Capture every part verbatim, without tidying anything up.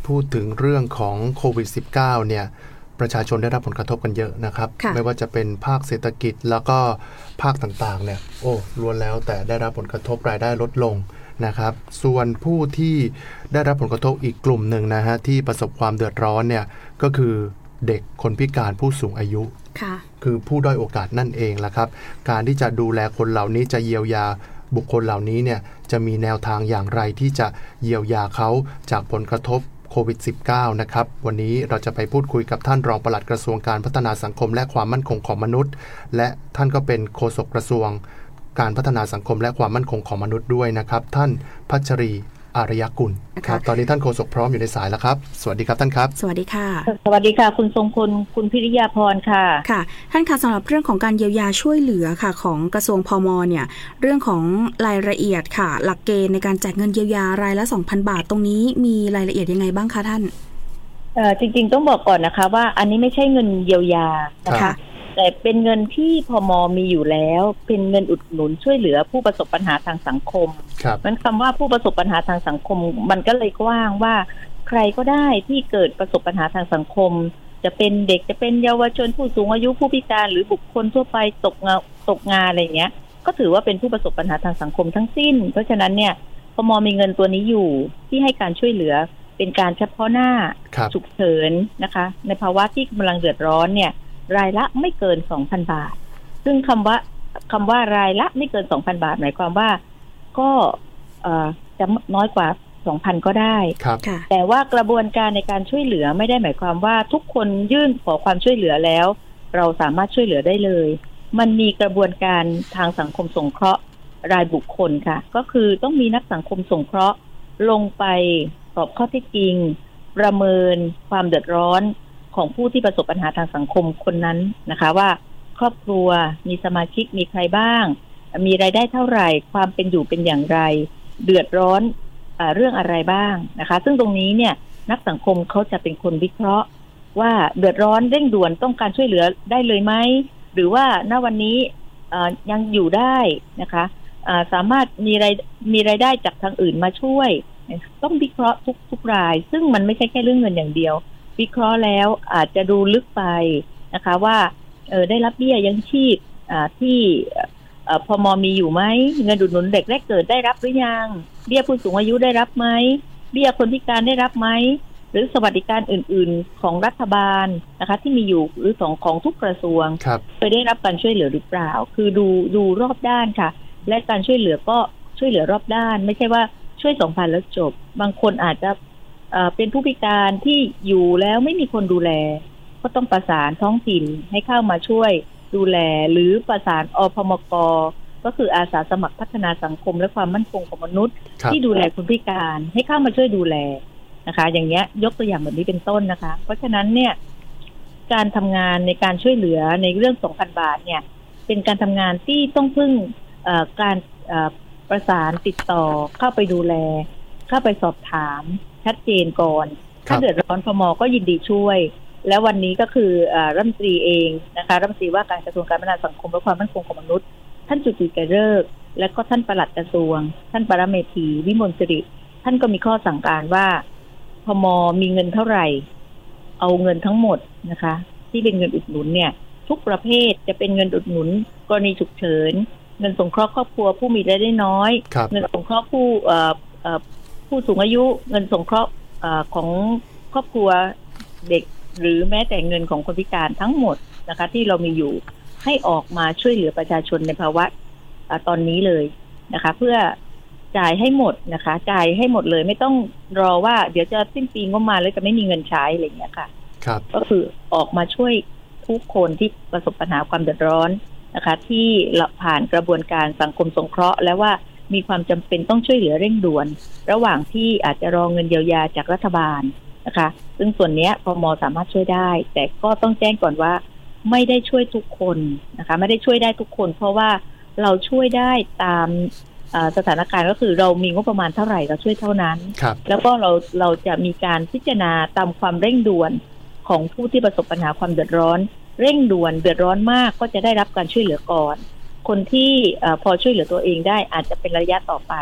พูดถึงเรื่องของโควิด สิบเก้า เนี่ยประชาชนได้รับผลกระทบกันเยอะนะครับไม่ว่าจะเป็นภาคเศรษฐกิจแล้วก็ภาคต่างๆเนี่ยโอ้ล้วนแล้วแต่ได้รับผลกระทบรายได้ลดลงนะครับส่วนผู้ที่ได้รับผลกระทบอีกกลุ่มหนึ่งนะฮะที่ประสบความเดือดร้อนเนี่ยก็คือเด็กคนพิการผู้สูงอายุคือผู้ด้อยโอกาสนั่นเองละครับการที่จะดูแลคนเหล่านี้จะเยียวยาบุคคลเหล่านี้เนี่ยจะมีแนวทางอย่างไรที่จะเยียวยาเขาจากผลกระทบโควิด สิบเก้า นะครับวันนี้เราจะไปพูดคุยกับท่านรองปลัดกระทรวงการพัฒนาสังคมและความมั่นคงของมนุษย์และท่านก็เป็นโฆษกกระทรวงการพัฒนาสังคมและความมั่นคงของมนุษย์ด้วยนะครับท่านพัชรีอารยกุลครับตอนนี้ท่านโฆษกพร้อมอยู่ในสายแล้วครับสวัสดีครับท่านครับสวัสดีค่ะสวัสดีค่ะคุณทรงพลคุณพิริยาพรค่ะค่ะท่านคะสำหรับเรื่องของการเยียวยาช่วยเหลือค่ะของกระทรวงพมเนี่ยเรื่องของรายละเอียดค่ะหลักเกณฑ์ในการแจกเงินเยียวยารายละ สองพัน บาทตรงนี้มีรายละเอียดยังไงบ้างคะท่านเอ่อจริงๆต้องบอกก่อนนะคะว่าอันนี้ไม่ใช่เงินเยียวยานะคะแต่เป็นเงินที่พม.มีอยู่แล้วเป็นเงินอุดหนุนช่วยเหลือผู้ประสบปัญหาทางสังคมมันคำว่าผู้ประสบปัญหาทางสังคมมันก็เลยกว้างว่าใครก็ได้ที่เกิดประสบปัญหาทางสังคมจะเป็นเด็กจะเป็นเยาวชนผู้สูงอายุผู้พิการหรือบุคคลทั่วไปตกงานตกงานอะไรเงี้ยก็ถือว่าเป็นผู้ประสบปัญหาทางสังคมทั้งสิ้นเพราะฉะนั้นเนี่ยพม.มีเงินตัวนี้อยู่ที่ให้การช่วยเหลือเป็นการเฉพาะหน้าฉุกเฉินนะคะในภาวะที่กำลังเดือดร้อนเนี่ยรายละไม่เกิน สองพัน บาทซึ่งคำว่าคำว่ารายละไม่เกิน สองพัน บาทหมายความว่าก็เอ่อจะน้อยกว่า สองพัน ก็ได้แต่ว่ากระบวนการในการช่วยเหลือไม่ได้หมายความว่าทุกคนยื่นขอความช่วยเหลือแล้วเราสามารถช่วยเหลือได้เลยมันมีกระบวนการทางสังคมสงเคราะห์รายบุคคลค่ะก็คือต้องมีนักสังคมสงเคราะห์ลงไปสอบข้อเท็จจริงประเมินความเดือดร้อนของผู้ที่ประสบปัญหาทางสังคมคนนั้นนะคะว่าครอบครัวมีสมาชิกมีใครบ้างมีรายได้เท่าไหร่ความเป็นอยู่เป็นอย่างไรเดือดร้อนเอ่อเรื่องอะไรบ้างนะคะซึ่งตรงนี้เนี่ยนักสังคมเขาจะเป็นคนวิเคราะห์ว่าเดือดร้อนเร่งด่วนต้องการช่วยเหลือได้เลยไหมหรือว่าณวันนี้เอ่อยังอยู่ได้นะคะเอ่อสามารถมีรายมีรายได้จากทางอื่นมาช่วยต้องวิเคราะห์ทุกทุกรายซึ่งมันไม่ใช่แค่เรื่องเงินอย่างเดียววิเคราะห์แล้วอาจจะดูลึกไปนะคะว่าเออได้รับเบี้ยยังชีพอ่าที่เอ่อพม.มีอยู่ไหมเงินอุดหนุนเด็กแรกเกิดได้รับหรือยังเบี้ยผู้สูงอายุได้รับไหมเบี้ยคนพิการได้รับไหมหรือสวัสดิการอื่นๆของรัฐบาลนะคะที่มีอยู่หรือของของทุกกระทรวงเคยได้รับการช่วยเหลือหรือเปล่าคือดูดูรอบด้านค่ะและการช่วยเหลือก็ช่วยเหลือรอบด้านไม่ใช่ว่าช่วย สองพัน แล้วจบบางคนอาจจะเอ่อเป็นผู้พิการที่อยู่แล้วไม่มีคนดูแลก็ต้องประสานท้องถิ่นให้เข้ามาช่วยดูแลหรือประสานอพมก.ก็คืออาสาสมัครพัฒนาสังคมและความมั่นคงของมนุษย์ที่ดูแลคนพิการให้เข้ามาช่วยดูแลนะคะอย่างเงี้ยยกตัวอย่างแบบนี้เป็นต้นนะคะเพราะฉะนั้นเนี่ยการทำงานในการช่วยเหลือในเรื่อง สองพัน บาทเนี่ยเป็นการทำงานที่ต้องพึ่งเอ่อการเอ่อประสานติดต่อเข้าไปดูแลเข้าไปสอบถามชัดเจนก่อนถ้าเดือดร้อนพม.ก็ยินดีช่วยแล้ววันนี้ก็คือรัฐมนตรีเองนะคะรัฐมนตรีว่าการกระทรวงการพัฒนาสังคมและความมั่นคงของมนุษย์ท่านจุติไกรฤกษ์และก็ท่านปลัดกระทรวงท่านปรเมธีวิมลสิริท่านก็มีข้อสั่งการว่าพม.มีเงินเท่าไหร่เอาเงินทั้งหมดนะคะที่เป็นเงินอุดหนุนเนี่ยทุกประเภทจะเป็นเงินอุดหนุนกรณีฉุกเฉินเงินสงเคราะห์ครอบครัวผู้มีรายได้น้อยเงินสงเคราะห์ผู้เอ่อเอ่อผู้สูงอายุเงินสงเคราะห์เอ่อของครอบครัวเด็กหรือแม้แต่เงินของคนพิการทั้งหมดนะคะที่เรามีอยู่ให้ออกมาช่วยเหลือประชาชนในภาวะตอนนี้เลยนะคะเพื่อจ่ายให้หมดนะคะจ่ายให้หมดเลยไม่ต้องรอว่าเดี๋ยวจะสิ้นปีงบมาแล้วจะไม่มีเงินใช้อะไรอย่างเงี้ยค่ะครับก็คือออกมาช่วยทุกคนที่ประสบปัญหาความเดือดร้อนนะคะที่ผ่านกระบวนการสังคมสงเคราะห์และว่ามีความจำเป็นต้องช่วยเหลือเร่งด่วนระหว่างที่อาจจะรอเงินเยียวยาจากรัฐบาลนะคะซึ่งส่วนนี้พม.สามารถช่วยได้แต่ก็ต้องแจ้งก่อนว่าไม่ได้ช่วยทุกคนนะคะไม่ได้ช่วยได้ทุกคนเพราะว่าเราช่วยได้ตามสถานการณ์ก็คือเรามีงบประมาณเท่าไหร่เราช่วยเท่านั้นแล้วก็เราเราจะมีการพิจารณาตามความเร่งด่วนของผู้ที่ประสบปัญหาความเดือดร้อนเร่งด่วนเดือดร้อนมากก็จะได้รับการช่วยเหลือก่อนคนที่พอช่วยเหลือตัวเองได้อาจจะเป็นระยะต่อไป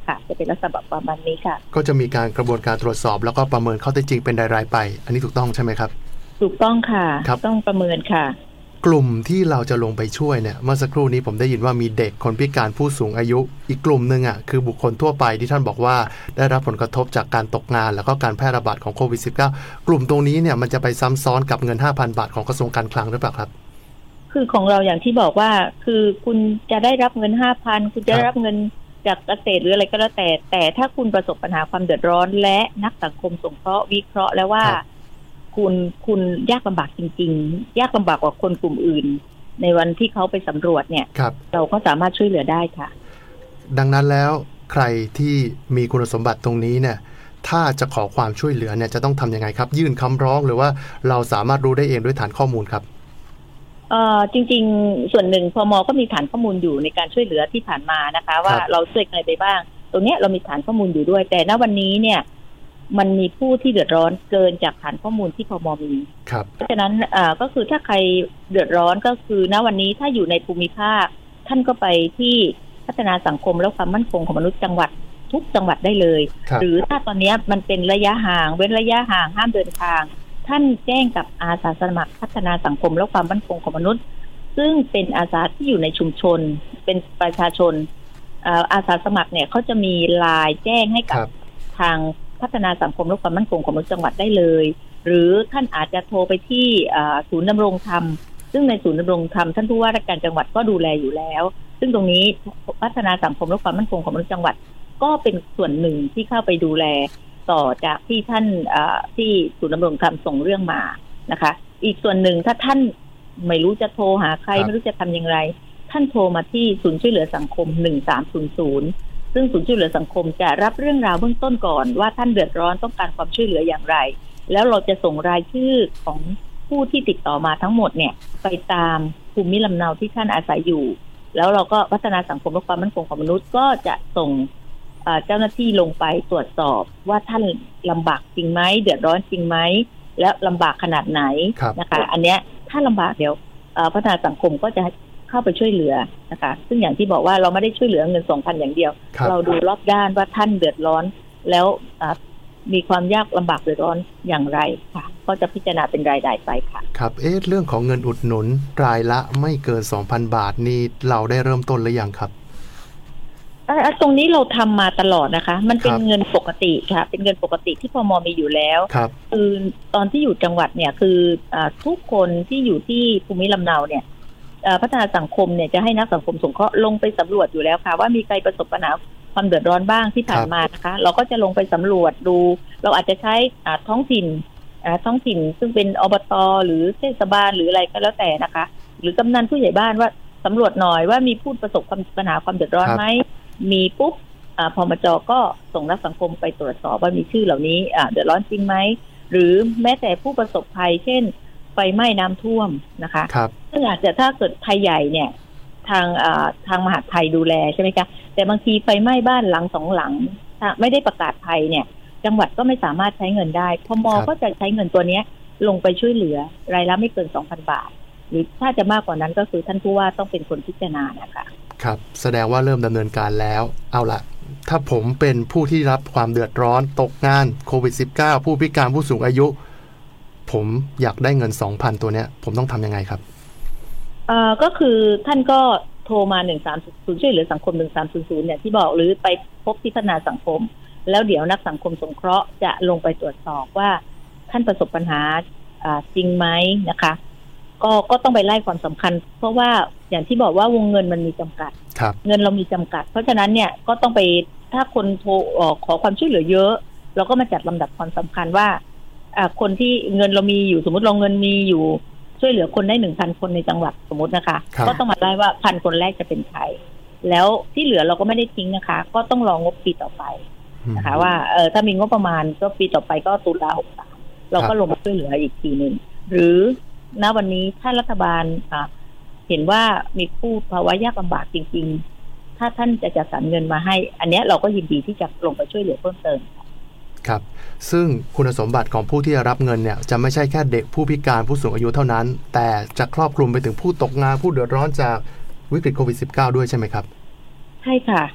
ค่ะจะเป็นลักษณะประมาณนี้ค่ะก็จะมีการกระบวนการตรวจสอบแล้วก็ประเมินข้อเท็จจริงเป็นรายๆไปอันนี้ถูกต้องใช่ไหมครับถูกต้องค่ะต้องประเมินค่ะกลุ่มที่เราจะลงไปช่วยเนี่ยเมื่อสักครู่นี้ผมได้ยินว่ามีเด็กคนพิการผู้สูงอายุอีกกลุ่มนึงอ่ะคือบุคคลทั่วไปที่ท่านบอกว่าได้รับผลกระทบจากการตกงานแล้วก็การแพร่ระบาดของโควิด สิบเก้า กลุ่มตรงนี้เนี่ยมันจะไปซ้ำซ้อนกับเงิน ห้าพัน บาทของกระทรวงการคลังหรือเปล่าครับคือของเราอย่างที่บอกว่าคือคุณจะได้รับเงิน ห้าพัน คุณจะได้รับเงินจากเกษตรหรืออะไรก็แล้วแต่แต่ถ้าคุณประสบปัญหาความเดือดร้อนและนักสังคมสงเคราะห์วิเคราะห์แล้วว่าคุณคุณยากลำบากจริงๆยากลำบากกว่าคนกลุ่มอื่นในวันที่เขาไปสำรวจเนี่ยรเราก็สามารถช่วยเหลือได้ค่ะดังนั้นแล้วใครที่มีคุณสมบัติตรงนี้เนี่ยถ้าจะขอความช่วยเหลือเนี่ยจะต้องทำยังไงครับยื่นคำร้องหรือว่าเราสามารถรู้ได้เองด้วยฐานข้อมูลครับเอ่อจริงๆส่วนหนึ่งพม.ก็มีฐานข้อมูลอยู่ในการช่วยเหลือที่ผ่านมานะคะว่าเราช่วยอะไรไปบ้างตรงนี้เรามีฐานข้อมูลอยู่ด้วยแต่ณวันนี้เนี่ยมันมีผู้ที่เดือดร้อนเกินจากฐานข้อมูลที่พม.มีเพราะฉะนั้นอ่าก็คือถ้าใครเดือดร้อนก็คือณวันนี้ถ้าอยู่ในภูมิภาคท่านก็ไปที่พัฒนาสังคมและความมั่นคงของมนุษย์จังหวัดทุกจังหวัดได้เลยหรือถ้าตอนนี้มันเป็นระยะห่างเว้นระยะห่างห้ามเดินทางท่านแจ้งกับอาสาสมัครพัฒนาสังคมและความมั่นคงของมนุษย์ซึ่งเป็นอาสาที่อยู่ในชุมชนเป็นประชาชนอาสาสมัครเนี่ยเขาจะมีไลน์แจ้งให้กับทางพัฒนาสังคมและความมั่นคงของมนุษย์จังหวัดได้เลยหรือท่านอาจจะโทรไปที่ศูนย์ดำรงธรรมซึ่งในศูนย์ดำรงธรรมท่านผู้ว่าราชการจังหวัดก็ดูแลอยู่แล้วซึ่งตรงนี้พัฒนาสังคมและความมั่นคงของมนุษย์จังหวัดก็เป็นส่วนหนึ่งที่เข้าไปดูแลต่อจากที่ท่านที่ศูนย์ดำรงธรรมส่งเรื่องมานะคะอีกส่วนหนึ่งถ้าท่านไม่รู้จะโทรหาใครไม่รู้จะทำอย่างไรท่านโทรมาที่ศูนย์ช่วยเหลือสังคมหนึ่งสามศูนย์ศูนย์ซึ่งศูนย์ช่วยเหลือสังคมจะรับเรื่องราวเบื้องต้นก่อนว่าท่านเดือดร้อนต้องการความช่วยเหลืออย่างไรแล้วเราจะส่งรายชื่อของผู้ที่ติดต่อมาทั้งหมดเนี่ยไปตามภูมิลำเนาที่ท่านอาศัยอยู่แล้วเราก็พัฒนาสังคมและความมั่นคงของมนุษย์ก็จะส่งเจ้าหน้าที่ลงไปตรวจสอบว่าท่านลำบากจริงไหมเดือดร้อนจริงไหมและลำบากขนาดไหนนะคะอันเนี้ยถ้าลำบากเดี๋ยวพัฒนาสังคมก็จะเข้าไปช่วยเหลือนะคะซึ่งอย่างที่บอกว่าเราไม่ได้ช่วยเหลือเงิน สองพัน อย่างเดียวเราดูรอบด้านว่าท่านเดือดร้อนแล้วมีความยากลำบากเดือดร้อนอย่างไรค่ะก็จะพิจารณาเป็นรายได้ไปค่ะครับเอ๊ะเรื่องของเงินอุดหนุนรายละไม่เกิน สองพัน บาทนี่เราได้เริ่มต้นหรือยังครับตรงนี้เราทำมาตลอดนะคะมันเป็นเงินปกติค่ะเป็นเงินปกติที่พม.มีอยู่แล้วคือตอนที่อยู่จังหวัดเนี่ยคือทุกคนที่อยู่ที่ภูมิลำเนาเนี่ยพัฒนาสังคมเนี่ยจะให้นักสังคมสงเคราะห์ลงไปสำรวจอยู่แล้วค่ะว่ามีใครประสบปัญหาความเดือดร้อนบ้างที่ผ่านมานะคะเราก็จะลงไปสำรวจดูเราอาจจะใช้ท้องถิ่นท้องถิ่นซึ่งเป็นอบต.หรือเทศบาลหรืออะไรก็แล้วแต่นะคะหรือกำนันผู้ใหญ่บ้านว่าสำรวจหน่อยว่ามีผู้ประสบปัญหาความเดือดร้อนไหมมีปุ๊บพมจ.ก็ส่งนักสังคมไปตรวจสอบว่ามีชื่อเหล่านี้เดือดร้อนจริงไหมหรือแม้แต่ผู้ประสบภัยเช่นไฟไหม้น้ำท่วมนะคะซึ่งอาจจะถ้าเกิดภัยใหญ่เนี่ยทางทางมหาดไทยดูแลใช่ไหมคะแต่บางทีไฟไหม้บ้านหลังสองหลังไม่ได้ประกาศภัยเนี่ยจังหวัดก็ไม่สามารถใช้เงินได้พม.ก็จะใช้เงินตัวนี้ลงไปช่วยเหลือรายละไม่เกิน สองพัน บาทหรือถ้าจะมากกว่านั้นก็คือท่านผู้ว่าต้องเป็นคนพิจารณานะคะครับแสดงว่าเริ่มดำเนินการแล้วเอาละถ้าผมเป็นผู้ที่รับความเดือดร้อนตกงานโควิด สิบเก้า ผู้พิการผู้สูงอายุผมอยากได้เงิน สองพัน ตัวเนี้ยผมต้องทำยังไงครับเอ่อก็คือท่านก็โทรมาหนึ่งสามศูนย์ช่วยเหลือสังคมหนึ่งสามศูนย์ศูนย์เนี่ยที่บอกหรือไปพบที่พัฒนาสังคมแล้วเดี๋ยวนักสังคมสงเคราะห์จะลงไปตรวจสอบว่าท่านประสบปัญหาจริงไหมนะคะก็ก็ต้องไปไล่ความสำคัญเพราะว่าอย่างที่บอกว่าวงเงินมันมีจำกัดเงินเรามีจำกัดเพราะฉะนั้นเนี่ยก็ต้องไปถ้าคนโทรขอความช่วยเหลือเยอะเราก็มาจัดลำดับความสำคัญว่าคนที่เงินเรามีอยู่สมมติเราเงินมีอยู่ช่วยเหลือคนได้ หนึ่งพัน คนในจังหวัดสมมตินะคะก็ต้องมาไล่ว่าพันคนแรกจะเป็นใครแล้วที่เหลือเราก็ไม่ได้ทิ้งนะคะก็ต้องรองบปีต่อไปนะคะว่าเออถ้ามีงบประมาณก็ปีต่อไปก็ตุลาหกสามเราก็ลงมาช่วยเหลืออีกทีนึงหรือณวันนี้ถ้ารัฐบาลเห็นว่ามีผู้ภาวะยากลำบากจริงๆถ้าท่านจะจัดสรรเงินมาให้อันนี้เราก็ยินดีที่จะลงไปช่วยเหลือเพิ่มเติมครับซึ่งคุณสมบัติของผู้ที่จะรับเงินเนี่ยจะไม่ใช่แค่เด็กผู้พิการผู้สูงอายุเท่านั้นแต่จะครอบคลุมไปถึงผู้ตกงานผู้เดือดร้อนจากวิกฤตโควิด สิบเก้า ด้วยใช่ไหมครับใช่ค่ะ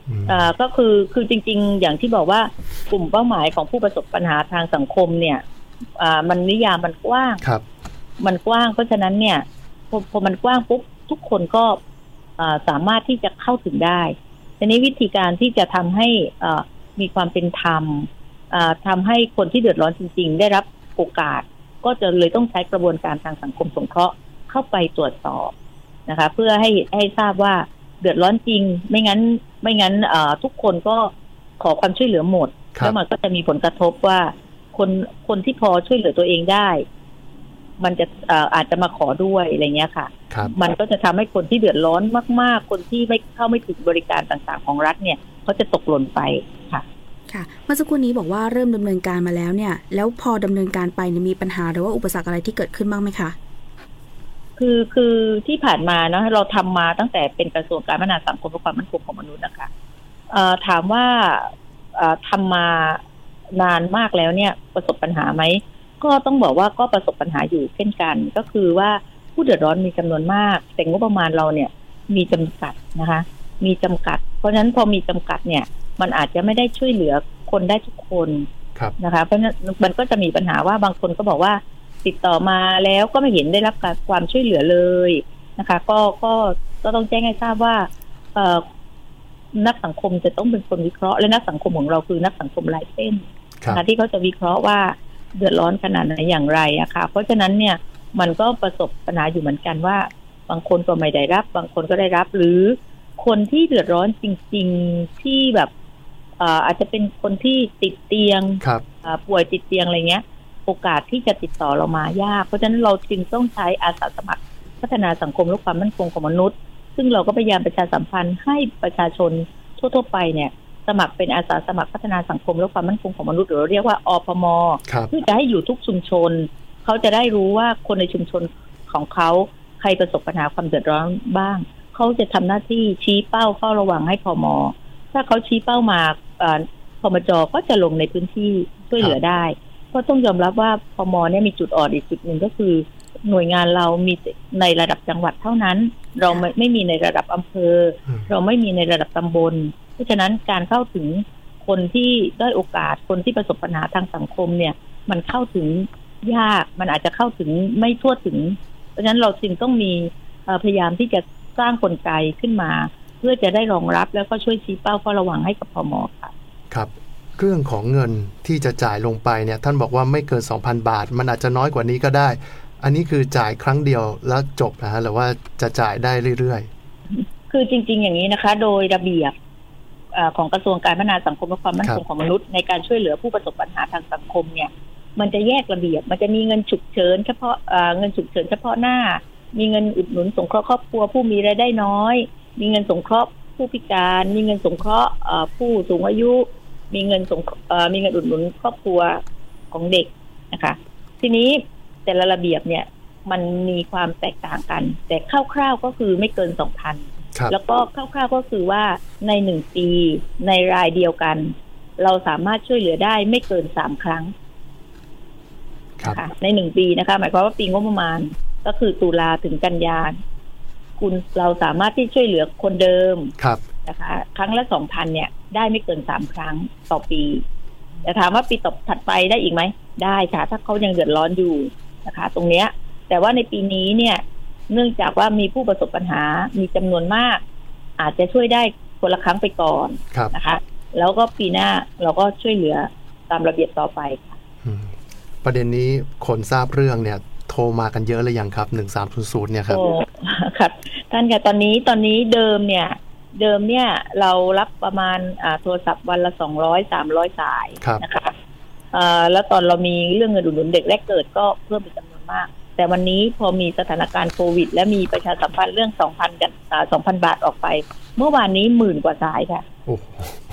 อ่าก็คือคือจริงๆอย่างที่บอกว่ากลุ่มเป้าหมายของผู้ประสบปัญหาทางสังคมเนี่ยอ่ามันนิยามมันกว้างครับมันกว้างเพราะฉะนั้นเนี่ยพอพอมันกว้างปุ๊บทุกคนก็อ่าสามารถที่จะเข้าถึงได้ทีนี้วิธีการที่จะทำให้อ่ามีความเป็นธรรมอ่าทำให้คนที่เดือดร้อนจริงๆได้รับโอกาสก็จะเลยต้องใช้กระบวนการทางสังคมสงเคราะห์เข้าไปตรวจสอบนะคะเพื่อให้ให้ทราบว่าเดือดร้อนจริงไม่งั้นไม่งั้นทุกคนก็ขอความช่วยเหลือหมดแล้วมันก็จะมีผลกระทบว่าคนคนที่พอช่วยเหลือตัวเองได้มันจะอาจจะมาขอด้วยอะไรเงี้ยค่ะมันก็จะทำให้คนที่เดือดร้อนมากๆคนที่ไม่เข้าไม่ถึงบริการต่างๆของรัฐเนี่ยเขาจะตกหล่นไปค่ะค่ะเมื่อสักครู่นี้บอกว่าเริ่มดำเนินการมาแล้วเนี่ยแล้วพอดำเนินการไปมีปัญหาหรือว่าอุปสรรคอะไรที่เกิดขึ้นบ้างไหมคะคือคือที่ผ่านมาเนาะเราทำมาตั้งแต่เป็นกระทรวงการพัฒนาสังคมและความมั่นคงของมนุษย์นะคะถามว่าทำมานานมากแล้วเนี่ยประสบปัญหาไหมก็ต้องบอกว่าก็ประสบปัญหาอยู่เช่นกันก็คือว่าผู้เดือดร้อนมีจำนวนมากแต่งบประมาณเราเนี่ยมีจำกัดนะคะมีจำกัดเพราะฉะนั้นพอมีจำกัดเนี่ยมันอาจจะไม่ได้ช่วยเหลือคนได้ทุกคนนะคะเพราะฉะนั้นมันก็จะมีปัญหาว่าบางคนก็บอกว่าติดต่อมาแล้วก็ไม่เห็นได้รับการความช่วยเหลือเลยนะคะก็ก็ก็ต้องแจ้งให้ทราบว่าเอ่อนักสังคมจะต้องเป็นคนวิเคราะห์และนักสังคมของเราคือนักสังคมรายเส้นนะคะที่เขาจะวิเคราะห์ว่าเดือดร้อนขนาดไหนอย่างไรอะค่ะเพราะฉะนั้นเนี่ยมันก็ประสบปัญหาอยู่เหมือนกันว่าบางคนก็ไม่ได้รับบางคนก็ได้รับหรือคนที่เดือดร้อนจริงๆที่แบบอาจจะเป็นคนที่ติดเตียงป่วยติดเตียงอะไรเงี้ยโอกาสที่จะติดต่อเรามายากเพราะฉะนั้นเราจึงต้องใช้อาสาสมัครพัฒนาสังคมและความมั่นคงของมนุษย์ซึ่งเราก็พยายามประชาสัมพันธ์ให้ประชาชนทั่วๆไปเนี่ยสมัครเป็นอาสาสมัครพัฒนาสังคมและความมั่นคงของมนุษย์หรือเราเรียกว่าอพม.เพื่อจะให้อยู่ทุกชุมชนเขาจะได้รู้ว่าคนในชุมชนของเขาใครประสบปัญหาความเดือดร้อนบ้างเขาจะทำหน้าที่ชี้เป้าเฝ้าระวังให้พม.ถ้าเขาชี้เป้ามาพมจ.ก็จะลงในพื้นที่ช่วยเหลือได้ก็ต้องยอมรับว่าพม.เนี่ยมีจุดอ่อนอีกจุดหนึ่งก็คือหน่วยงานเรามีในระดับจังหวัดเท่านั้นเราไม่ไม่มีในระดับอำเภอเราไม่มีในระดับตำบลเพราะฉะนั้นการเข้าถึงคนที่ได้โอกาสคนที่ประสบปัญหาทางสังคมเนี่ยมันเข้าถึงยากมันอาจจะเข้าถึงไม่ทั่วถึงเพราะฉะนั้นเราจึงต้องมีพยายามที่จะสร้างกลไกขึ้นมาเพื่อจะได้รองรับแล้วก็ช่วยชี้เป้าเฝ้าระวังให้กับพม.ค่ะครับเรื่องของเงินที่จะจ่ายลงไปเนี่ยท่านบอกว่าไม่เกิน สองพัน บาทมันอาจจะน้อยกว่านี้ก็ได้อันนี้คือจ่ายครั้งเดียวแล้วจบนะฮะหรือว่าจะจ่ายได้เรื่อยๆคือจริงๆอย่างนี้นะคะโดยระเบียบของกระทรวงการพัฒนาสังคมและความมั่นคงของมนุษย์ในการช่วยเหลือผู้ประสบปัญหาทางสังคมเนี่ยมันจะแยกระเบียบมันจะมีเงินฉุกเฉินเฉพาะเงินฉุกเฉินเฉพาะหน้ามีเงินอุดหนุนสงเคราะห์ครอบครัวผู้มีรายได้น้อยมีเงินสงเคราะห์ผู้พิการมีเงินสงเคราะห์ผู้สูงอายุมีเงินสงมีเงินอุดหนุนครอบครัวของเด็กนะคะทีนี้แต่ละระเบียบเนี่ยมันมีความแตกต่างกันแต่คร่าวๆก็คือไม่เกิน สองพัน แล้วก็คร่าวๆก็คือว่าในหนึ่งปีในรายเดียวกันเราสามารถช่วยเหลือได้ไม่เกินสามครั้งนะคะในหนึ่งปีนะคะหมายความว่าปีงบประมาณก็คือตุลาถึงกันยายนคุณเราสามารถที่ช่วยเหลือคนเดิมนะคะครั้งละ สองพัน เนี่ยได้ไม่เกินสามครั้งต่อปีแต่ถามว่าปีต่อถัดไปได้อีกไหมได้ค่ะถ้าเขายังเดือดร้อนอยู่นะคะตรงเนี้ยแต่ว่าในปีนี้เนี่ยเนื่องจากว่ามีผู้ประสบปัญหามีจำนวนมากอาจจะช่วยได้คนละครั้งไปก่อนนะคะแล้วก็ปีหน้าเราก็ช่วยเหลือตามระเบียบต่อไปค่ะประเด็นนี้คนทราบเรื่องเนี่ยโทรมากันเยอะเลยยังครับหนึ่งสามศูนย์ศูนย์เนี่ยครับโอ้ครับท่านค่ะตอนนี้ตอนนี้เดิมเนี่ยเดิมเนี่ยเรารับประมาณอ่าโทรศัพท์วันละสองร้อย สามร้อยสายนะคะอ่าแล้วตอนเรามีเรื่องเงินอุดหนุนเด็กแรกเกิดก็เพิ่มเป็นจำนวนมากแต่วันนี้พอมีสถานการณ์โควิดและมีประชาสัมพันธ์เรื่อง สองพัน กันอ่า สองพัน บาทออกไปเมื่อวานนี้หมื่นกว่าสายค่ะโอ้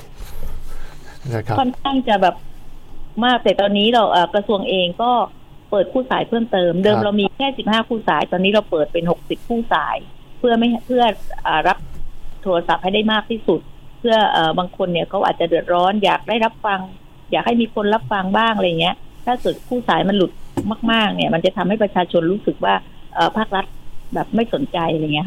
ค่อนข้างจะแบบมากแต่ตอนนี้เราเอ่อกระทรวงเองก็เปิดคู่สายเพิ่มเติมเดิมเรามีแค่สิบห้าคู่สายตอนนี้เราเปิดเป็นหกสิบคู่สายเพื่อไม่เพื่ออ่ารับโทรศัพท์ให้ได้มากที่สุดเพื่อเอ่อบางคนเนี่ยเขาอาจจะเดือดร้อนอยากได้รับฟังอยากให้มีคนรับฟังบ้างอะไรเงี้ยถ้าเกิดคู่สายมันหลุดมากๆเนี่ยมันจะทำให้ประชาชนรู้สึกว่าเอ่อภาครัฐแบบไม่สนใจอะไรเงี้ยค่ะท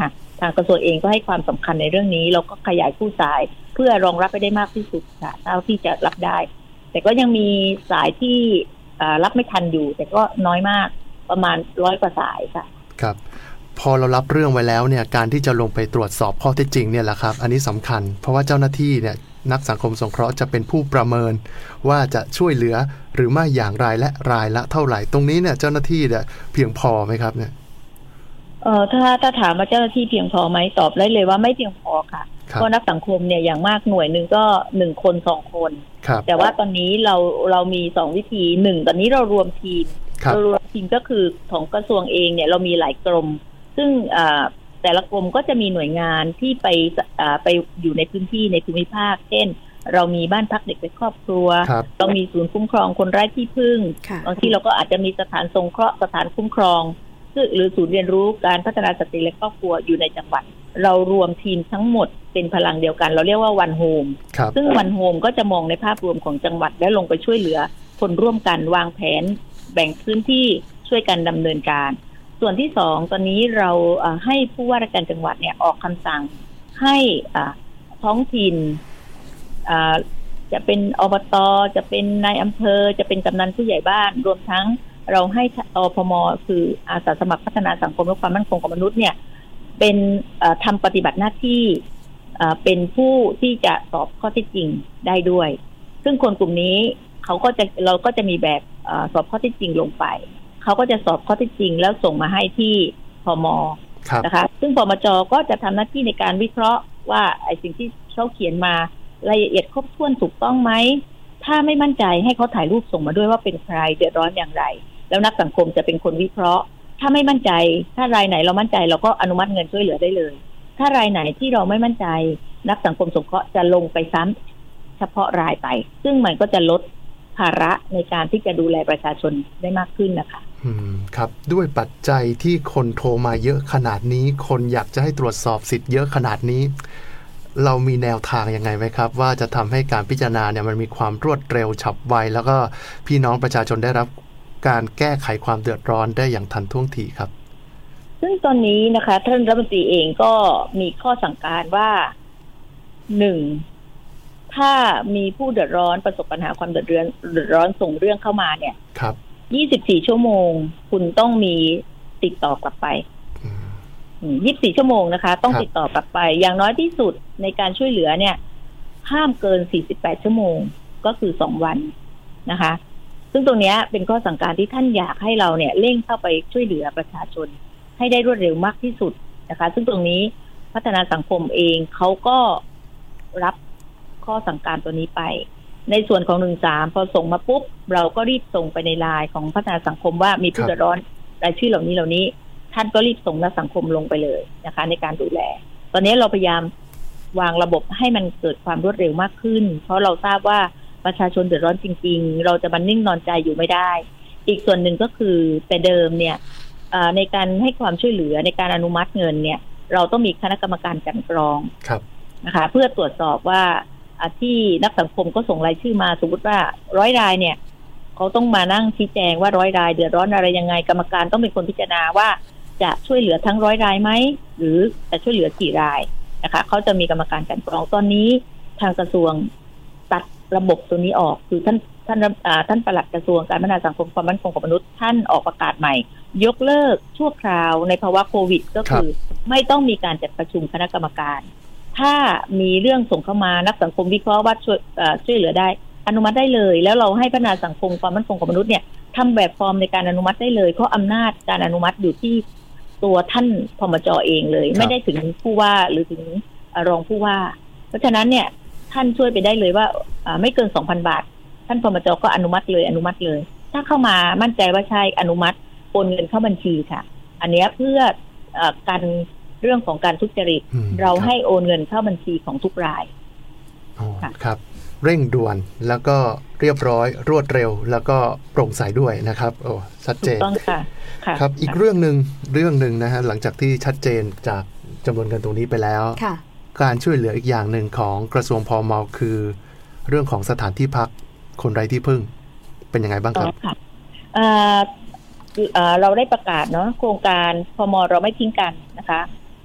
างกระทรวงเองก็ให้ความสำคัญในเรื่องนี้แล้วก็ขยายคู่สายเพื่อรองรับไปได้มากที่สุดค่ะเท่าที่จะรับได้แต่ก็ยังมีสายที่รับไม่ทันอยู่แต่ก็น้อยมากประมาณร้อยกว่าสายค่ะครับพอเรารับเรื่องไว้แล้วเนี่ยการที่จะลงไปตรวจสอบข้อเท็จจริงเนี่ยแหละครับอันนี้สำคัญเพราะว่าเจ้าหน้าที่เนี่ยนักสังคมสงเคราะห์จะเป็นผู้ประเมินว่าจะช่วยเหลือหรือไม่อย่างไรและรายละเท่าไหร่ตรงนี้เนี่ยเจ้าหน้าที่เนี่ยเพียงพอไหมครับเนี่ยเออถ้าถ้าถามว่าเจ้าหน้าที่เพียงพอไหมตอบได้เลยว่าไม่เพียงพอค่ะเพราะนักสังคมเนี่ยอย่างมากหน่วยหนึ่งก็หนึ่งคนสองคนแต่ว่าตอนนี้เราเรามีสองวิธีหนึ่งตอนนี้เรารวมทีมเรารวมทีมก็คือของกระทรวงเองเนี่ยเรามีหลายกรมซึ่งแต่ละกรมก็จะมีหน่วยงานที่ไปไปอยู่ในพื้นที่ในภูมิภาคเช่นเรามีบ้านพักเด็กและครอบครัวเรามีศูนย์คุ้มครองคนไร้ที่พึ่งบางทีเราก็อาจจะมีสถานสงเคราะห์สถานคุ้มครองหรือศูนย์เรียนรู้การพัฒนาสตรีและครอบครัวอยู่ในจังหวัดเรารวมทีมทั้งหมดเป็นพลังเดียวกันเราเรียกว่าวันโฮมซึ่งวันโฮมก็จะมองในภาพรวมของจังหวัดและลงไปช่วยเหลือคนร่วมกันวางแผนแบ่งพื้นที่ช่วยกันดำเนินการส่วนที่สองตอนนี้เราให้ผู้ว่าราชการจังหวัดเนี่ยออกคำสั่งให้ท้องถิ่นจะเป็นอบต.จะเป็นนายอำเภอจะเป็นกำนันผู้ใหญ่บ้านรวมทั้งเราให้อพม.คืออาสาสมัครพัฒนาสังคมและความมั่นคงของมนุษย์เนี่ยเป็นทำปฏิบัติหน้าที่เป็นผู้ที่จะสอบข้อเท็จจริงได้ด้วยซึ่งคนกลุ่มนี้เขาก็จะเราก็จะมีแบบสอบข้อเท็จจริงลงไปเขาก็จะสอบข้อเท็จจริงแล้วส่งมาให้ที่พม.นะคะซึ่งพมจ.ก็จะทำหน้าที่ในการวิเคราะห์ว่าไอ้สิ่งที่เขาเขียนมารายละเอียดครบถ้วนถูกต้องไหมถ้าไม่มั่นใจให้เขาถ่ายรูปส่งมาด้วยว่าเป็นใครเดือดร้อนอย่างไรแล้วนักสังคมจะเป็นคนวิเคราะห์ถ้าไม่มั่นใจถ้ารายไหนเรามั่นใจเราก็อนุมัติเงินช่วยเหลือได้เลยถ้ารายไหนที่เราไม่มั่นใจนักสังคมสงเคราะห์จะลงไปซ้ำเฉพาะรายไปซึ่งมันก็จะลดภาระในการที่จะดูแลประชาชนได้มากขึ้นนะคะอืมครับด้วยปัจจัยที่คนโทรมาเยอะขนาดนี้คนอยากจะให้ตรวจสอบสิทธิ์เยอะขนาดนี้เรามีแนวทางยังไงไหมครับว่าจะทำให้การพิจารณาเนี่ยมันมีความรวดเร็วฉับไวแล้วก็พี่น้องประชาชนได้รับการแก้ไขความเดือดร้อนได้อย่างทันท่วงทีครับซึ่งตอนนี้นะคะท่านรัฐมนตรีเองก็มีข้อสั่งการว่าหนึ่งถ้ามีผู้เดือดร้อนประสบปัญหาความเดือดร้อนเดือดร้อนส่งเรื่องเข้ามาเนี่ยครับยี่สิบสี่ชั่วโมงคุณต้องมีติดต่อกลับไปยี่สิบสี่ชั่วโมงนะคะต้องติดต่อกลับไปอย่างน้อยที่สุดในการช่วยเหลือเนี่ยห้ามเกินสี่สิบแปดชั่วโมงก็คือสองวันนะคะซึ่งตรงนี้เป็นข้อสั่งการที่ท่านอยากให้เราเนี่ยเร่งเข้าไปช่วยเหลือประชาชนให้ได้รวดเร็วมากที่สุดนะคะซึ่งตรงนี้พัฒนาสังคมเองเขาก็รับข้อสั่งการตัวนี้ไปในส่วนของหนึ่งสามพอส่งมาปุ๊บเราก็รีบส่งไปในไลน์ของพัฒนาสังคมว่ามีผู้เดือดร้อนรายชื่อเหล่านี้เหล่านี้ท่านก็รีบส่งนักสังคมลงไปเลยนะคะในการดูแลตอนนี้เราพยายามวางระบบให้มันเกิดความรวดเร็วมากขึ้นเพราะเราทราบว่าประชาชนเดือดร้อนจริงๆเราจะมานิ่งนอนใจอยู่ไม่ได้อีกส่วนหนึ่งก็คือแต่เดิมเนี่ยในการให้ความช่วยเหลือในการอนุมัติเงินเนี่ยเราต้องมีคณะกรรมการกลั่นกรองนะคะเพื่อตรวจสอบว่าที่นักสังคมก็ส่งรายชื่อมาสมมติว่าร้อยรายเนี่ยเขาต้องมานั่งชี้แจงว่าร้อยรายเดือดร้อนอะไรยังไงกรรมการต้องเป็นคนพิจารณาว่าจะช่วยเหลือทั้งร้อยรายไหมหรือจะช่วยเหลือกี่รายนะคะเขาจะมีกรรมการกลั่นกรองตอนนี้ทางกระทรวงตัดระบบตัวนี้ออกคือท่านท่านท่านปลัดกระทรวงการพัฒนาสังคมความมั่นคงของมนุษย์ท่านออกประกาศใหม่ยกเลิกชั่วคราวในภาวะโควิดก็คือไม่ต้องมีการจัดประชุมคณะกรรมการถ้ามีเรื่องส่งเข้ามานักสังคมวิเคราะห์ว่าช่วยช่วยเหลือได้อนุมัติได้เลยแล้วเราให้พัฒนาสังคมความมั่นคงของมนุษย์เนี่ยทำแบบฟอร์มในการอนุมัติได้เลยเพราะอำนาจการอนุมัติอยู่ที่ตัวท่านพมจ.เองเลยไม่ได้ถึงผู้ว่าหรือถึงรองผู้ว่าเพราะฉะนั้นเนี่ยท่านช่วยไปได้เลยว่าไม่เกิน สองพัน บาทท่านพมจ.ก็อนุมัติเลยอนุมัติเลยถ้าเข้ามามั่นใจว่าใช่อนุมัติโอนเงินเข้าบัญชีค่ะอันนี้เพื่อการเรื่องของการทุจริตเราให้โอนเงินเข้าบัญชีของทุกรายครับเร่งด่วนแล้วก็เรียบร้อยรวดเร็วแล้วก็โปร่งใสด้วยนะครับโอ้ชัดเจนต้องค่ะครับอีกเรื่องนึงเรื่องนึงนะฮะหลังจากที่ชัดเจนจากจำนวนเงินตรงนี้ไปแล้วการช่วยเหลืออีกอย่างหนึ่งของกระทรวงพม.คือเรื่องของสถานที่พักคนไร้ที่พึ่งเป็นยังไงบ้างครับเราได้ประกาศเนาะโครงการพม.เราไม่ทิ้งกันนะคะ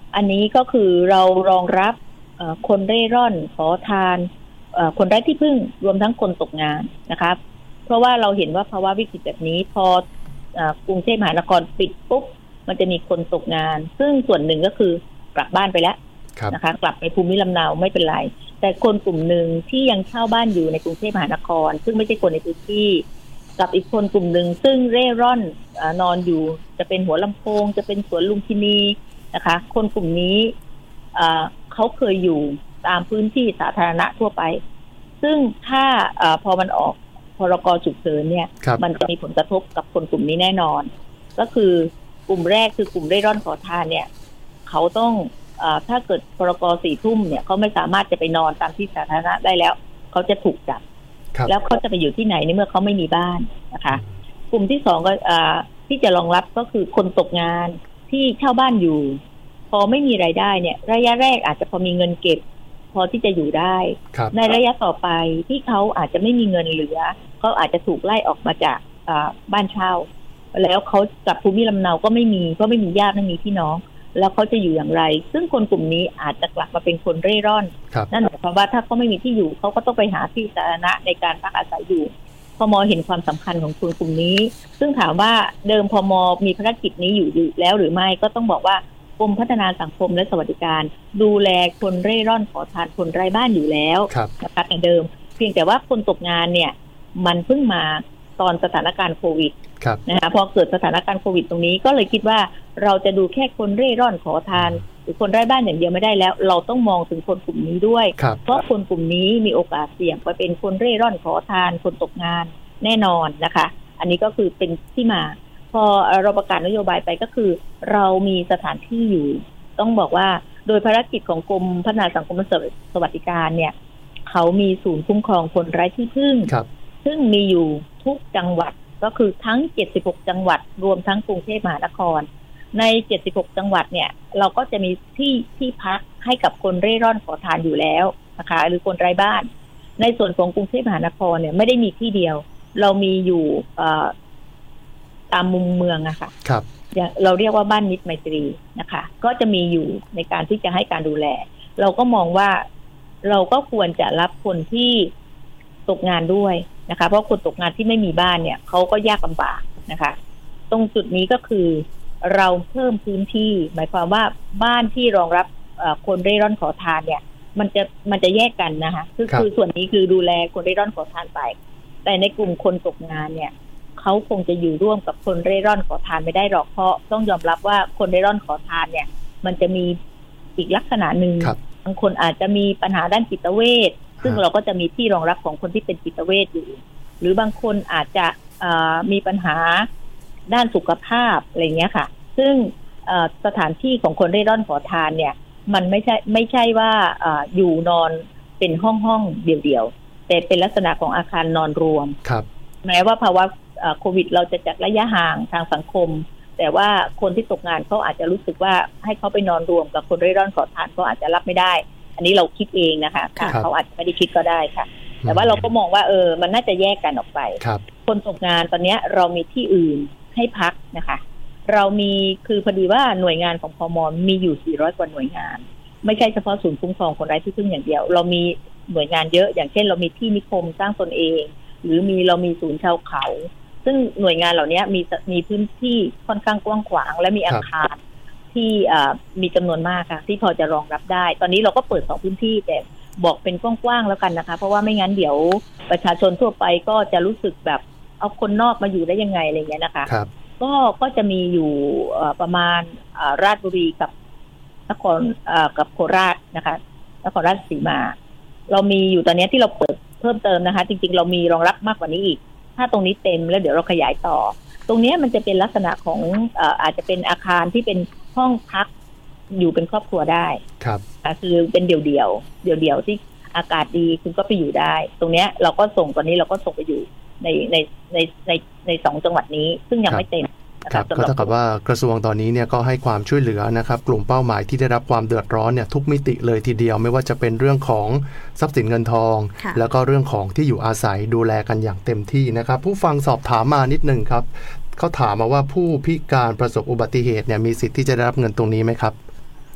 อันนี้ก็คือเรารองรับคนเร่ร่อนขอทานคนไร้ที่พึ่งรวมทั้งคนตกงานนะครับเพราะว่าเราเห็นว่าภาวะวิกฤตแบบนี้พอกรุงเทพมหานครปิดปุ๊บมันจะมีคนตกงานซึ่งส่วนหนึ่งก็คือกลับบ้านไปแล้วนะคะกลับไปภูมิลำเนาไม่เป็นไรแต่คนกลุ่มหนึ่งที่ยังเช่าบ้านอยู่ในกรุงเทพมหานครซึ่งไม่ใช่คนในพื้นที่กับอีกคนกลุ่มหนึ่งซึ่งเร่ร่อนนอนอยู่จะเป็นหัวลำโพงจะเป็นสวนลุมพินีนะคะคนกลุ่มนี้เขาเคยอยู่ตามพื้นที่สาธารณะทั่วไปซึ่งถ้าอพอมันออกพรกฉุกเฉินเนี่ยมันจะมีผลกระทบกับคนกลุ่มนี้แน่นอนก็คือกลุ่มแรกคือกลุ่มเร่ร่อนขอทานเนี่ยเขาต้องอถ้าเกิดพรกสี่ทุ่มเนี่ยเขาไม่สามารถจะไปนอนตามที่สาธารณะได้แล้วเขาจะถูกจับแล้วเขาจะไปอยู่ที่ไหนในเมื่อเขาไม่มีบ้านนะคะกลุ่มที่สองก็ที่จะรองรับก็คือคนตกงานที่เช่าบ้านอยู่พอไม่มีรายได้เนี่ยระยะแรกอาจจะพอมีเงินเก็บพอที่จะอยู่ได้ในระยะต่อไปที่เขาอาจจะไม่มีเงินเหลือเขาอาจจะถูกไล่ออกมาจากบ้านเช่าแล้วเขากลับภูมิลำเนาก็ไม่มีก็ไม่มีญาติไม่มีพี่น้องแล้วเขาจะอยู่อย่างไรซึ่งคนกลุ่มนี้อาจจะกลับมาเป็นคนเร่ร่อนนั่นหมายความว่าถ้าเขาไม่มีที่อยู่เขาก็ต้องไปหาที่สาธารณะในการพักอาศัยอยู่พม.เห็นความสำคัญของคนกลุ่มนี้ซึ่งถามว่าเดิมพม.มีภารกิจนี้อยู่แล้วหรือไม่ก็ต้องบอกว่ากรมพัฒนาสังคมและสวัสดิการดูแลคนเร่ร่อนขอทานคนไร้บ้านอยู่แล้วนะคะแต่เดิมเพียงแต่ว่าคนตกงานเนี่ยมันเพิ่งมาตอนสถานการณ์โควิดนะคะพอเกิดสถานการณ์โควิดตรงนี้ก็เลยคิดว่าเราจะดูแค่คนเร่ร่อนขอทานหรือคนไร้บ้านอย่างเดียวไม่ได้แล้วเราต้องมองถึงคนกลุ่มนี้ด้วยเพราะคนกลุ่มนี้มีโอกาสเสี่ยงไปเป็นคนเร่ร่อนขอทานคนตกงานแน่นอนนะคะอันนี้ก็คือเป็นที่มาพอเราประกาศนโยบายไปก็คือเรามีสถานที่อยู่ต้องบอกว่าโดยภารกิจของกรมพัฒนาสังคมและสวัสดิการเนี่ยเขามีศูนย์คุ้มครองคนไร้ที่พึ่งซึ่งมีอยู่ทุกจังหวัดก็คือทั้งเจ็ดสิบหกจังหวัดรวมทั้งกรุงเทพมหานครในเจ็ดสิบหกจังหวัดเนี่ยเราก็จะมีที่ที่พักให้กับคนเร่ร่อนขอทานอยู่แล้วนะคะหรือคนไร้บ้านในส่วนของกรุงเทพมหานครเนี่ยไม่ได้มีที่เดียวเรามีอยู่ตามมุมเมืองอะค่ะครับเราเรียกว่าบ้านมิตรไมตรีนะคะก็จะมีอยู่ในการที่จะให้การดูแลเราก็มองว่าเราก็ควรจะรับคนที่ตกงานด้วยนะคะเพราะคนตกงานที่ไม่มีบ้านเนี่ยเขาก็ยากลำบากนะคะตรงจุดนี้ก็คือเราเพิ่มพื้นที่หมายความว่าบ้านที่รองรับคนเร่ร่อนขอทานเนี่ยมันจะมันจะแยกกันนะคะคือคือส่วนนี้คือดูแลคนเร่ร่อนขอทานไปแต่ในกลุ่มคนตกงานเนี่ยเขาคงจะอยู่ร่วมกับคนเร่ร่อนขอทานไม่ได้หรอกเพราะต้องยอมรับว่าคนเร่ร่อนขอทานเนี่ยมันจะมีอีกลักษณะหนึ่งบางคนอาจจะมีปัญหาด้านจิตเวชซึ่งเราก็จะมีที่รองรับของคนที่เป็นจิตเวชอยู่หรือบางคนอาจจะมีปัญหาด้านสุขภาพอะไรเงี้ยค่ะซึ่งสถานที่ของคนเร่ร่อนขอทานเนี่ยมันไม่ใช่ไม่ใช่ว่าอยู่นอนเป็นห้องห้องเดี่ยวๆแต่เป็นลักษณะของอาคารนอนรวมแม้ว่าภาวะโควิดเราจะจัดระยะห่างทางสังคมแต่ว่าคนที่ตกงานเขาอาจจะรู้สึกว่าให้เขาไปนอนรวมกับคนเร่ร่อนขอทานเขาอาจจะรับไม่ได้อันนี้เราคิดเองนะคะเขาอาจจะไม่ได้คิดก็ได้ค่ะแต่ว่าเราก็มองว่าเออมันน่าจะแยกกันออกไปคนตกงานตอนนี้เรามีที่อื่นให้พักนะคะเรามีคือพอดีว่าหน่วยงานของพม.มีอยู่สี่ร้อยกว่าหน่วยงานไม่ใช่เฉพาะศูนย์คุ้มครองคนไร้ที่พึ่งอย่างเดียวเรามีหน่วยงานเยอะอย่างเช่นเรามีที่นิคมสร้างตนเองหรือมีเรามีศูนย์ชาวเขาซึ่งหน่วยงานเหล่านี้มีมีพื้นที่ค่อนข้างกว้างขวางและมีอาคารที่มีจำนวนมากค่ะที่พอจะรองรับได้ตอนนี้เราก็เปิดสองพื้นที่แต่บอกเป็นกว้างๆแล้วกันนะคะเพราะว่าไม่งั้นเดี๋ยวประชาชนทั่วไปก็จะรู้สึกแบบเอาคนนอกมาอยู่ได้ยังไงอะไรเงี้ยนะคะก็ก็จะมีอยู่ประมาณราชบุรีกับนครกับโคราชนะคะนครราชสีมาเรามีอยู่ตอนนี้ที่เราเปิดเพิ่มเติมนะคะจริงๆเรามีรองรับมากกว่านี้อีกถ้าตรงนี้เต็มแล้วเดี๋ยวเราขยายต่อตรงนี้มันจะเป็นลักษณะของเอ่ออาจจะเป็นอาคารที่เป็นห้องพักอยู่เป็นครอบครัวได้ครับคือเป็นเดี่ยวเดี่ยวเดี่ยวเดี่ยวที่อากาศดีคุณก็ไปอยู่ได้ตรงนี้เราก็ส่งตอนนี้เราก็ส่งไปอยู่ในในในในในสองจังหวัดนี้ซึ่งยังไม่เต็มครับก็เท่ากับว่ากระทรวงตอนนี้เนี่ยก็ให้ความช่วยเหลือนะครับกลุ่มเป้าหมายที่ได้รับความเดือดร้อนเนี่ยทุกมิติเลยทีเดียวไม่ว่าจะเป็นเรื่องของทรัพย์สินเงินทองแล้วก็เรื่องของที่อยู่อาศัยดูแลกันอย่างเต็มที่นะครับผู้ฟังสอบถามมานิดนึงครับเขาถามมาว่าผู้พิการประสบอุบัติเหตุเนี่ยมีสิทธิ์ที่จะได้รับเงินตรงนี้ไหมครับ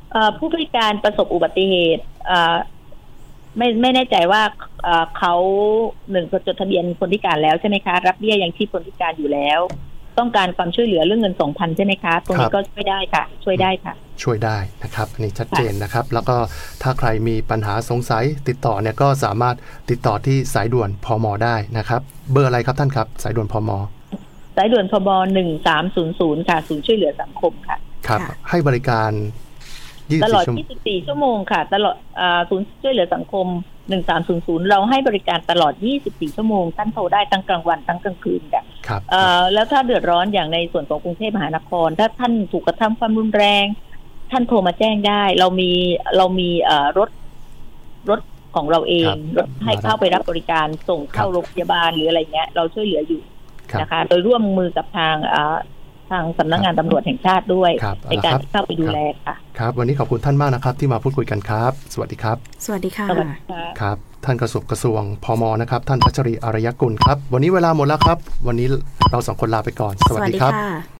ผู้พิการประสบอุบัติเหตุไม่ไม่แน่ใจว่าเขาหนึ่งจดทะเบียนคนพิการแล้วใช่ไหมคะรับเบี้ยยังชีพคนพิการอยู่แล้วต้องการความช่วยเหลือเรื่องเงิน สองพัน ใช่ไหมคะตรงนี้ก็ช่วยได้ค่ะช่วยได้ค่ะช่วยได้นะครับอันนี้ชัดเจนนะครับแล้วก็ถ้าใครมีปัญหาสงสัยติดต่อเนี่ยก็สามารถติดต่อที่สายด่วนพม.ได้นะครับเบอร์อะไรครับท่านครับสายด่วนพม. สายด่วนพม.หนึ่งสามศูนย์ศูนย์ค่ะศูนย์ช่วยเหลือสังคมค่ะครับให้บริการตลอดยี่สิบสี่ชั่วโมงค่ะตลอดศูนย์ช่วยเหลือสังคมหนึ่งสามศูนย์ศูนย์เราให้บริการตลอดยี่สิบสี่ชั่วโมงท่านโทรได้ทั้งกลางวันทั้งกลางคืนค่ะครับแล้วถ้าเดือดร้อนอย่างในส่วนของกรุงเทพมหานครถ้าท่านถูกกระทำความรุนแรงท่านโทรมาแจ้งได้เรามีเรามีรถรถของเราเองรถให้เข้าไปรับบริการส่งเข้าโรงพยาบาลหรืออะไรเงี้ยเราช่วยเหลืออยู่นะคะโดยร่วมมือกับทางทางสำนักงานตำรวจแห่งชาติด้วยในการเข้าไปดูแลค่ะครับวันนี้ขอบคุณท่านมากนะครับที่มาพูดคุยกันครับสวัสดีครับสวัสดีค่ะครับท่านกระทรวงกระทรวงพม.นะครับท่านพัชรีอารยกุลครับวันนี้เวลาหมดแล้วครับวันนี้เราสองคนลาไปก่อนสวัสดีครับ